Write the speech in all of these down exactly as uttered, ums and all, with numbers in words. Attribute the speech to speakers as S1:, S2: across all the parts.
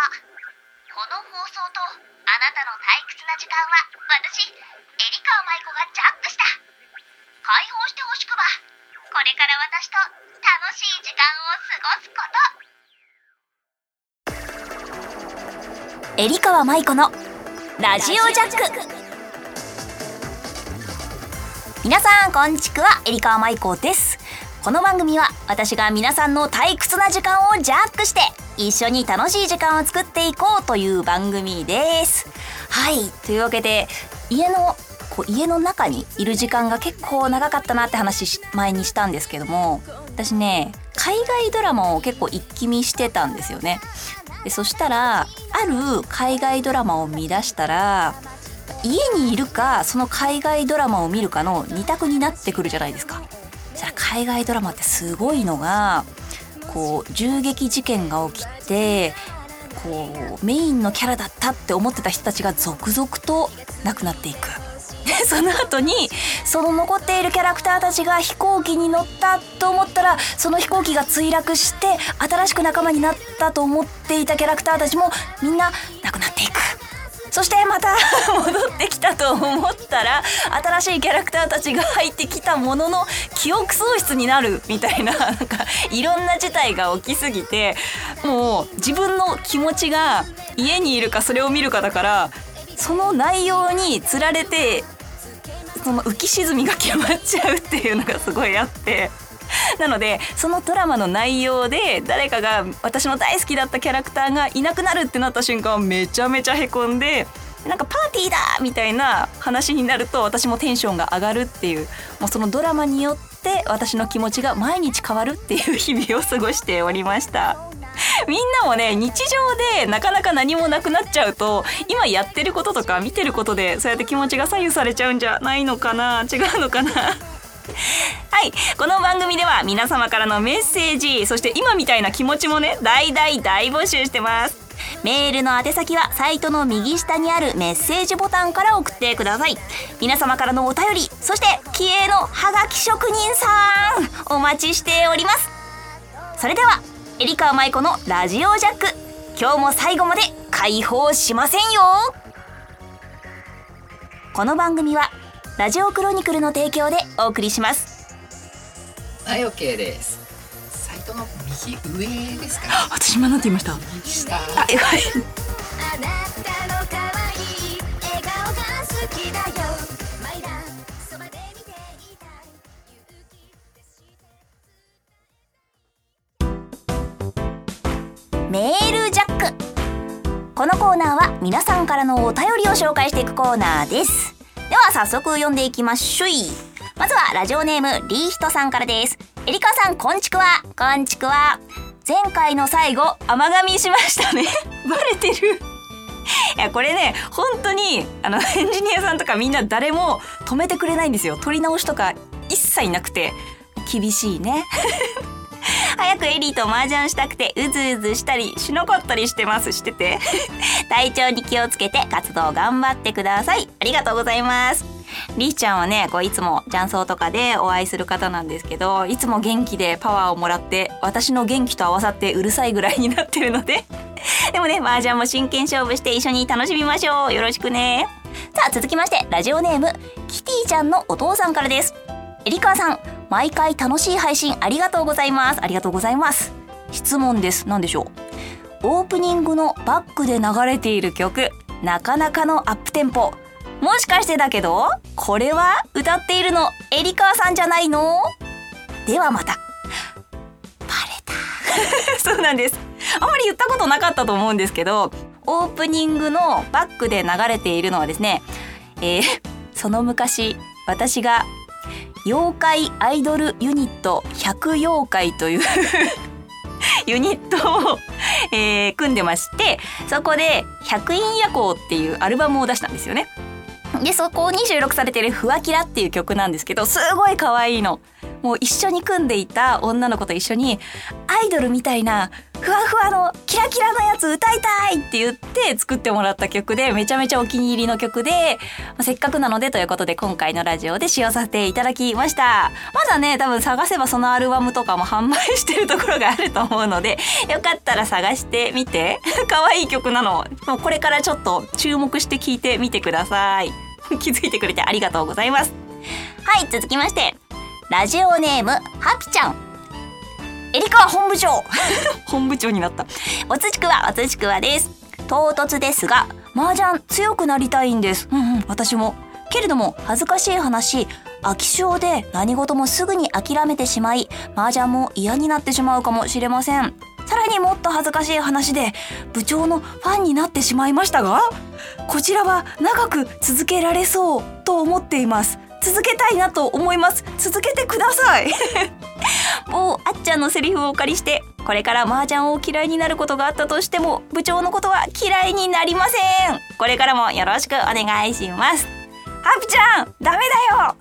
S1: この放送とあなたの退屈な時間は私、エリカ舞子がジャックした。解放してほしくば、これから私と楽しい時間を過ごすこと。
S2: エリカ舞子のラジオジャック。皆さんこんちくは、エリカ舞子です。この番組は私が皆さんの退屈な時間をジャックして一緒に楽しい時間を作っていこうという番組です。はい、というわけで家のこう家の中にいる時間が結構長かったなって話前にしたんですけども、私ね海外ドラマを結構一気見してたんですよね。でそしたらある海外ドラマを見出したら、家にいるかその海外ドラマを見るかの二択になってくるじゃないですか。そしたら海外ドラマってすごいのが、こう銃撃事件が起きて、こうメインのキャラだったって思ってた人たちが続々と亡くなっていく。でその後にその残っているキャラクターたちが飛行機に乗ったと思ったら、その飛行機が墜落して新しく仲間になったと思っていたキャラクターたちもみんな亡くなっていく。そしてまた戻ってきたと思ったら、新しいキャラクターたちが入ってきたものの記憶喪失になるみたいな、なんかいろんな事態が起きすぎて、もう自分の気持ちが家にいるかそれを見るかだから、その内容につられてその浮き沈みが決まっちゃうっていうのがすごいあって、なのでそのドラマの内容で誰かが私の大好きだったキャラクターがいなくなるってなった瞬間、めちゃめちゃへこんで、なんかパーティーだみたいな話になると私もテンションが上がるっていう、もうそのドラマによって私の気持ちが毎日変わるっていう日々を過ごしておりました。みんなもね、日常でなかなか何もなくなっちゃうと、今やってることとか見てることでそうやって気持ちが左右されちゃうんじゃないのかな、違うのかなはい、この番組では皆様からのメッセージ、そして今みたいな気持ちもね、大大大募集してます。メールの宛先はサイトの右下にあるメッセージボタンから送ってください。皆様からのお便り、そして気鋭のハガキ職人さんお待ちしております。それではエリカ舞子のラジオジャック、今日も最後まで解放しませんよ。この番組はラジオクロニクルの提供でお送りします。
S3: はい、 OK です。サイトの右上ですかね。
S2: 私今なんて言いました？
S3: 右下。あ、
S2: え、はい。メールジャック。このコーナーは皆さんからのお便りを紹介していくコーナーです。では早速読んでいきましょう。まずはラジオネームリーヒトさんからです。エリカさん、こんちくわ。こんちくわ。前回の最後甘噛みしましたねバレてるいやこれね、本当にあのエンジニアさんとかみんな誰も止めてくれないんですよ。撮り直しとか一切なくて厳しいね早くエリーと麻雀したくてうずうずしたりしなかったりしてます。してて体調に気をつけて活動頑張ってください。ありがとうございます。リーちゃんはね、こういつも雀荘とかでお会いする方なんですけど、いつも元気でパワーをもらって、私の元気と合わさってうるさいぐらいになってるのででもね、麻雀も真剣勝負して一緒に楽しみましょう。よろしくね。さあ続きまして、ラジオネームキティちゃんのお父さんからです。エリカさん、毎回楽しい配信ありがとうございます。ありがとうございます。質問です。何でしょう。オープニングのバックで流れている曲、なかなかのアップテンポ。もしかしてだけど、これは歌っているのエリカさんじゃないの？ではまた。バレたそうなんです。あんまり言ったことなかったと思うんですけど、オープニングのバックで流れているのはですね、えー、その昔私が妖怪アイドルユニット百妖怪というユニットを、えー、組んでまして、そこで百陰夜行っていうアルバムを出したんですよね。でそこに収録されているふわきらっていう曲なんですけど、すごい可愛いの。もう一緒に組んでいた女の子と一緒にアイドルみたいなふわふわのキラアキラのやつ歌いたいって言って作ってもらった曲で、めちゃめちゃお気に入りの曲で、せっかくなのでということで今回のラジオで使用させていただきました。まだね、多分探せばそのアルバムとかも販売してるところがあると思うので、よかったら探してみて。可愛い曲なの。もうこれからちょっと注目して聴いてみてください。気づいてくれてありがとうございます。はい、続きまして、ラジオネームハピちゃん。エリカ本部長本部長になった。おつちくわおつちくわです。唐突ですが麻雀強くなりたいんです。うんうん、私も。けれども恥ずかしい話、飽き性で何事もすぐに諦めてしまい、麻雀も嫌になってしまうかもしれません。さらにもっと恥ずかしい話で部長のファンになってしまいましたが、こちらは長く続けられそうと思っています。続けたいなと思います。続けてくださいもうあっちゃんのセリフをお借りして、これから麻雀を嫌いになることがあったとしても部長のことは嫌いになりません。これからもよろしくお願いします。ハピちゃんダメだよ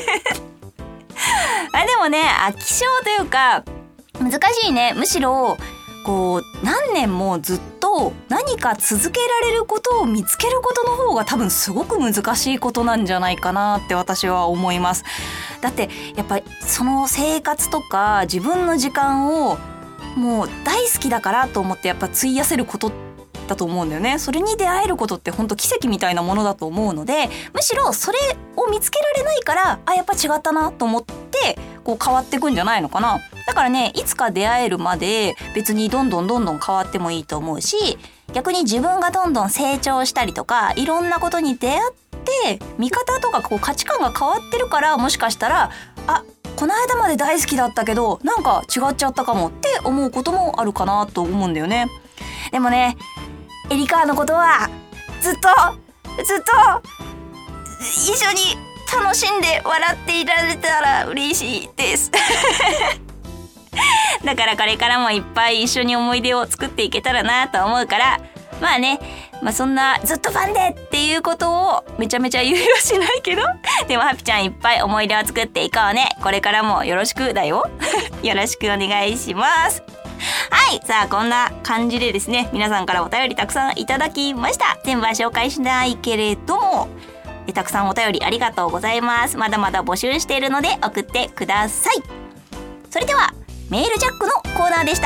S2: あでもね、飽き性というか難しいね。むしろこう何年もずっと何か続けられることを見つけることの方が多分すごく難しいことなんじゃないかなって私は思います。だってやっぱりその生活とか自分の時間をもう大好きだからと思ってやっぱ費やせることだと思うんだよね。それに出会えることって本当奇跡みたいなものだと思うので、むしろそれを見つけられないから、あやっぱ違ったなと思ってこう変わっていくんじゃないのかな。だからね、いつか出会えるまで別にどんどんどんどん変わってもいいと思うし、逆に自分がどんどん成長したりとかいろんなことに出会って見方とかこう価値観が変わってるから、もしかしたらあこの間まで大好きだったけどなんか違っちゃったかもって思うこともあるかなと思うんだよね。でもね、エリカのことはずっとずっと一緒に楽しんで笑っていられたら嬉しいですだからこれからもいっぱい一緒に思い出を作っていけたらなと思うから、まあね、まあそんなずっとファンでっていうことをめちゃめちゃ言えはしないけどでもハピちゃんいっぱい思い出を作っていこうね。これからもよろしくだよよろしくお願いします。はい、さあこんな感じでですね、皆さんからお便りたくさんいただきました。全部は紹介しないけれども、えたくさんお便りありがとうございます。まだまだ募集しているので送ってください。それではメールジャックのコーナーでした。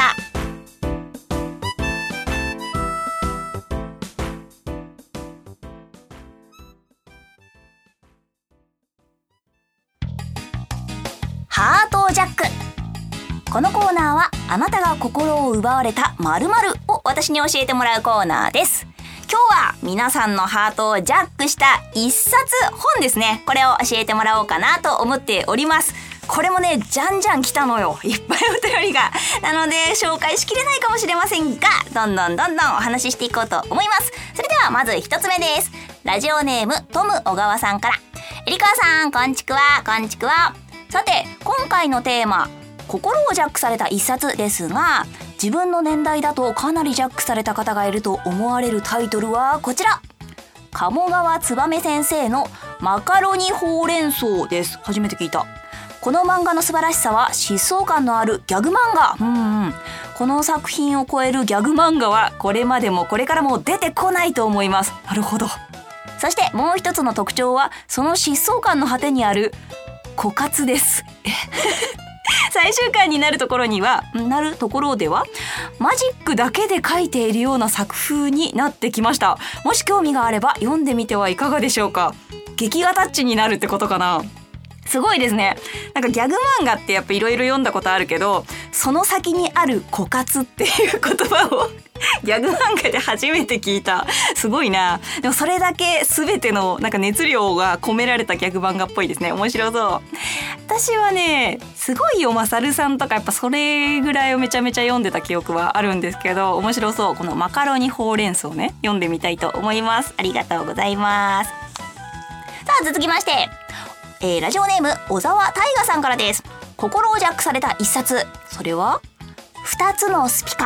S2: ハートジャック。このコーナーはあなたが心を奪われた〇〇を私に教えてもらうコーナーです。今日は皆さんのハートをジャックした一冊本ですね。これを教えてもらおうかなと思っております。これもね、じゃんじゃん来たのよ。いっぱいお便りが。なので紹介しきれないかもしれませんが、どんどんどんどんお話ししていこうと思います。それではまず一つ目です。ラジオネームトム小川さんから。エリカさん、こんちくわ、こんちくわ。さて、今回のテーマ、心をジャックされた一冊ですが、自分の年代だとかなりジャックされた方がいると思われるタイトルはこちら。鴨川燕先生のマカロニほうれん草です。初めて聞いた。この漫画の素晴らしさは疾走感のあるギャグ漫画。うんうん。この作品を超えるギャグ漫画はこれまでもこれからも出てこないと思います。なるほど。そしてもう一つの特徴は、その疾走感の果てにある枯渇です。最終巻になるところにはなるところではマジックだけで描いているような作風になってきました。もし興味があれば読んでみてはいかがでしょうか。劇画タッチになるってことかな。すごいですね。なんかギャグ漫画ってやっぱいろいろ読んだことあるけど、その先にある枯渇っていう言葉をギャグ漫画で初めて聞いた。すごいな。でもそれだけ全てのなんか熱量が込められたギャグ漫画っぽいですね。面白そう。私はね、すごいよまさるさんとかやっぱそれぐらいをめちゃめちゃ読んでた記憶はあるんですけど、面白そう。このマカロニほうれん草ね、読んでみたいと思います。ありがとうございます。さあ続きまして、えー、ラジオネーム小沢大河さんからです。心をジャックされた一冊、それはふたつのスピカ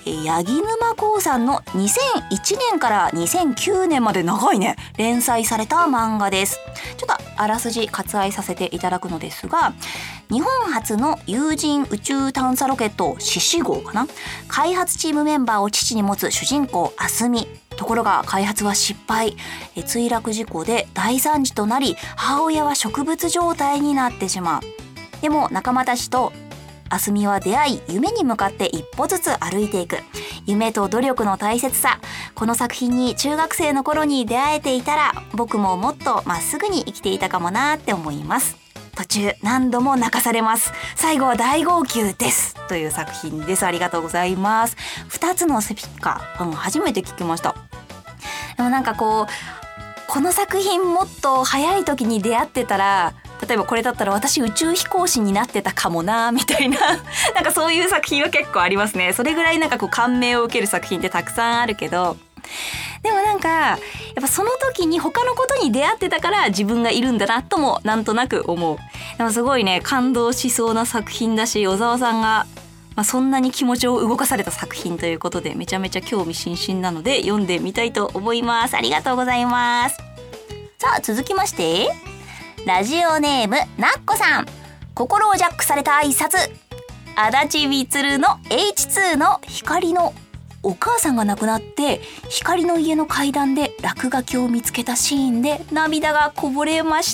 S2: 八木沼興産のにせんいちねんからにせんきゅうねんまで長いね連載された漫画です。ちょっとあらすじ割愛させていただくのですが、日本初の有人宇宙探査ロケット獅子号かな、開発チームメンバーを父に持つ主人公あすみ。ところが開発は失敗、え墜落事故で大惨事となり、母親は植物状態になってしまう。でも仲間たちとあすみは出会い、夢に向かって一歩ずつ歩いていく。夢と努力の大切さ、この作品に中学生の頃に出会えていたら、僕ももっとまっすぐに生きていたかもなって思います。途中何度も泣かされます。最後は大号泣です、という作品です。ありがとうございます。ふたつのスピーカー、うん、初めて聞きました。でもなんかこう、この作品もっと早い時に出会ってたら、例えばこれだったら私宇宙飛行士になってたかもなみたいななんかそういう作品は結構ありますね。それぐらいなんかこう感銘を受ける作品ってたくさんあるけど、でもなんかやっぱその時に他のことに出会ってたから自分がいるんだなともなんとなく思う。でもすごいね、感動しそうな作品だし、小沢さんがまあ、そんなに気持ちを動かされた作品ということでめちゃめちゃ興味津々なので読んでみたいと思います。ありがとうございます。さあ続きまして、ラジオネームなっこさん。心をジャックされた挨拶。足立みつるの エイチツー の光のお母さんが亡くなって光の家の階段で落書きを見つけたシーンで涙がこぼれました。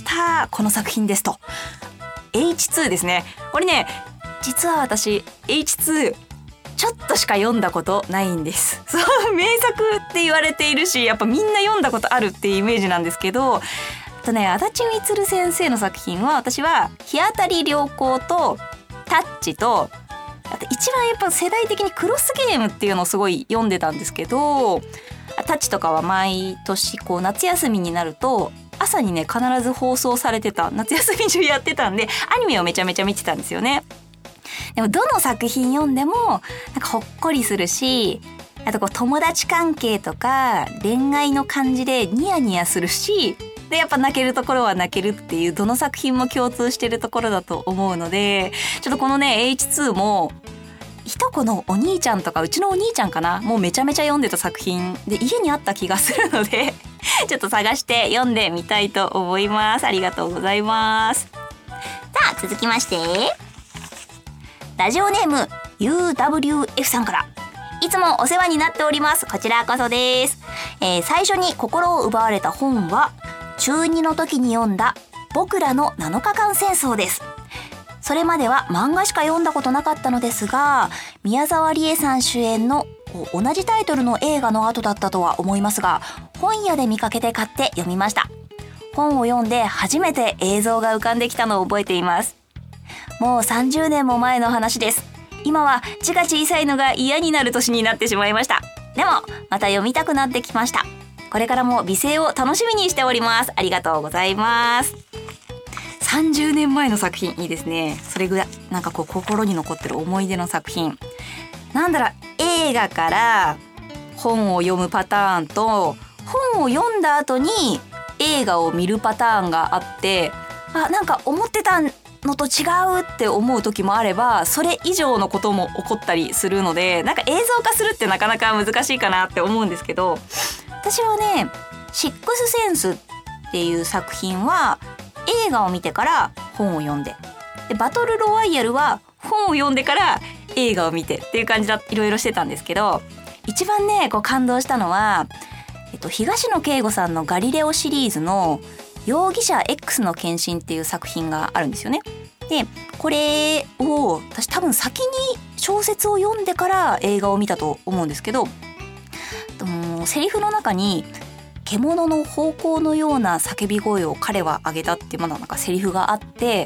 S2: この作品ですと。 エイチツー ですね。これね、実は私 エイチツー ちょっとしか読んだことないんです。そう名作って言われているし、やっぱみんな読んだことあるっていうイメージなんですけど、とね、足立みつる先生の作品は私は日当たり良好とタッチと、あと一番やっぱ世代的にクロスゲームっていうのをすごい読んでたんですけど、タッチとかは毎年こう夏休みになると朝にね必ず放送されてた、夏休み中やってたんでアニメをめちゃめちゃ見てたんですよね。でもどの作品読んでもなんかほっこりするし、あとこう友達関係とか恋愛の感じでニヤニヤするし、でやっぱ泣けるところは泣けるっていう、どの作品も共通してるところだと思うので、ちょっとこのね エイチツー もいとこのお兄ちゃんとかうちのお兄ちゃんかな、もうめちゃめちゃ読んでた作品で家にあった気がするのでちょっと探して読んでみたいと思います。ありがとうございます。さあ続きまして、ラジオネーム ユーダブリューエフ さんから。いつもお世話になっております。こちらこそです。えー、最初に心を奪われた本は中にの時に読んだ僕らのなのかかん戦争です。それまでは漫画しか読んだことなかったのですが、宮沢りえさん主演の同じタイトルの映画の後だったとは思いますが、本屋で見かけて買って読みました。本を読んで初めて映像が浮かんできたのを覚えています。もうさんじゅうねんも前の話です。今は字が小さいのが嫌になる年になってしまいました。でもまた読みたくなってきました。これからも美声を楽しみにしております。ありがとうございます。さんじゅうねんまえの作品いいですね。それぐらいなんかこう心に残ってる思い出の作品。なんだろう、映画から本を読むパターンと、本を読んだ後に映画を見るパターンがあって、あ、なんか思ってたのと違うって思う時もあれば、それ以上のことも起こったりするので、なんか映像化するってなかなか難しいかなって思うんですけど、私はねシックスセンスっていう作品は映画を見てから本を読んで、でバトルロワイヤルは本を読んでから映画を見てっていう感じだ、いろいろしてたんですけど、一番ねこう感動したのは、えっと、東野圭吾さんのガリレオシリーズの容疑者 X の献身っていう作品があるんですよね。でこれを私多分先に小説を読んでから映画を見たと思うんですけど、セリフの中に獣の咆哮のような叫び声を彼は上げたっていうまだなんかセリフがあって、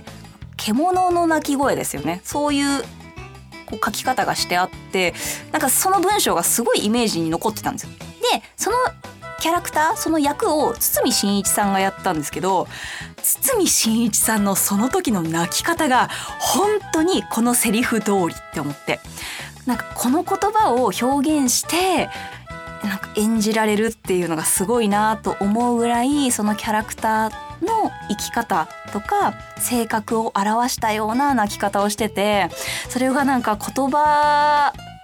S2: 獣の鳴き声ですよね。そういうこう書き方がしてあって、なんかその文章がすごいイメージに残ってたんですよ。でそのキャラクター、その役を堤真一さんがやったんですけど、堤真一さんのその時の泣き方が本当にこのセリフ通りって思って、なんかこの言葉を表現してなんか演じられるっていうのがすごいなと思うぐらい、そのキャラクターの生き方とか性格を表したような泣き方をしてて、それがなんか言葉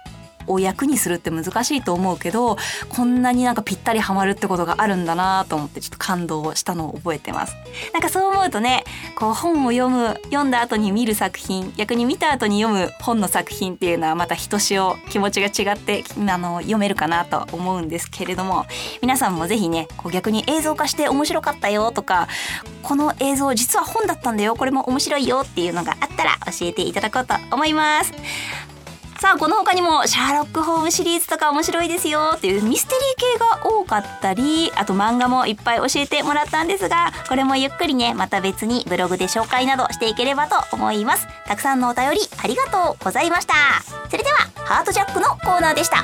S2: を役にするって難しいと思うけど、こんなになんかぴったりハマるってことがあるんだなと思ってちょっと感動したのを覚えてます。なんかそう思うとね、こう本を読む読んだ後に見る作品、逆に見た後に読む本の作品っていうのはまたひとしお気持ちが違ってあの読めるかなと思うんですけれども、皆さんもぜひねこう逆に映像化して面白かったよとか、この映像実は本だったんだよ、これも面白いよっていうのがあったら教えていただこうと思います。さあこの他にもシャーロックホームシリーズとか面白いですよっていうミステリー系が多かったり、あと漫画もいっぱい教えてもらったんですが、これもゆっくりねまた別にブログで紹介などしていければと思います。たくさんのお便りありがとうございました。それではハートジャックのコーナーでした。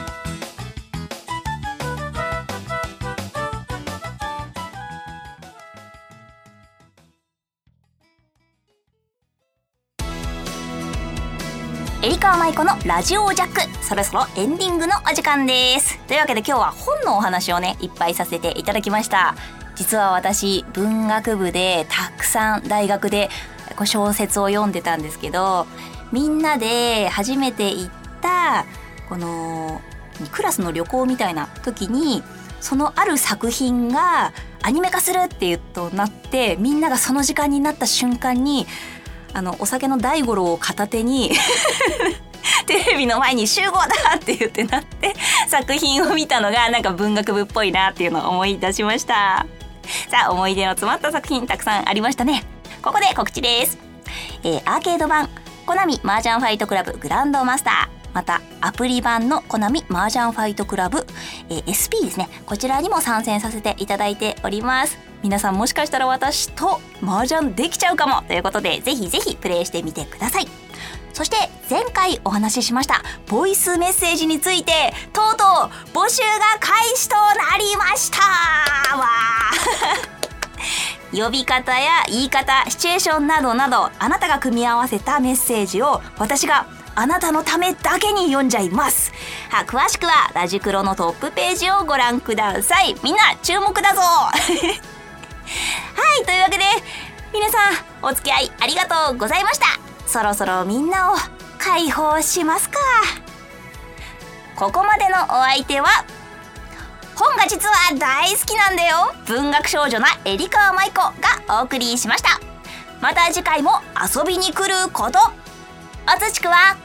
S2: エリカ舞子のラジオジャック、そろそろエンディングのお時間です。というわけで今日は本のお話をねいっぱいさせていただきました。実は私文学部でたくさん大学で小説を読んでたんですけど、みんなで初めて行ったこのクラスの旅行みたいな時に、そのある作品がアニメ化するっていうとなって、みんながその時間になった瞬間にあのお酒の大五郎を片手にテレビの前に集合だって言ってなって作品を見たのがなんか文学部っぽいなっていうのを思い出しました。さあ思い出の詰まった作品たくさんありましたね。ここで告知です。えー、アーケード版コナミ麻雀ファイトクラブグランドマスター、またアプリ版のコナミ麻雀ファイトクラブ、えー、エスピー ですね、こちらにも参戦させていただいております。皆さんもしかしたら私と麻雀できちゃうかもということで、ぜひぜひプレイしてみてください。そして前回お話ししましたボイスメッセージについて、とうとう募集が開始となりましたわ呼び方や言い方、シチュエーションなどなど、あなたが組み合わせたメッセージを私があなたのためだけに読んじゃいます。は詳しくはラジクロのトップページをご覧ください。みんな注目だぞはい、というわけで皆さんお付き合いありがとうございました。そろそろみんなを解放しますか。ここまでのお相手は本が実は大好きなんだよ、文学少女なエリカ舞子がお送りしました。また次回も遊びに来ることおつちくわ。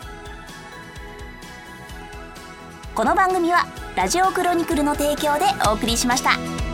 S2: この番組はラジオクロニクルの提供でお送りしました。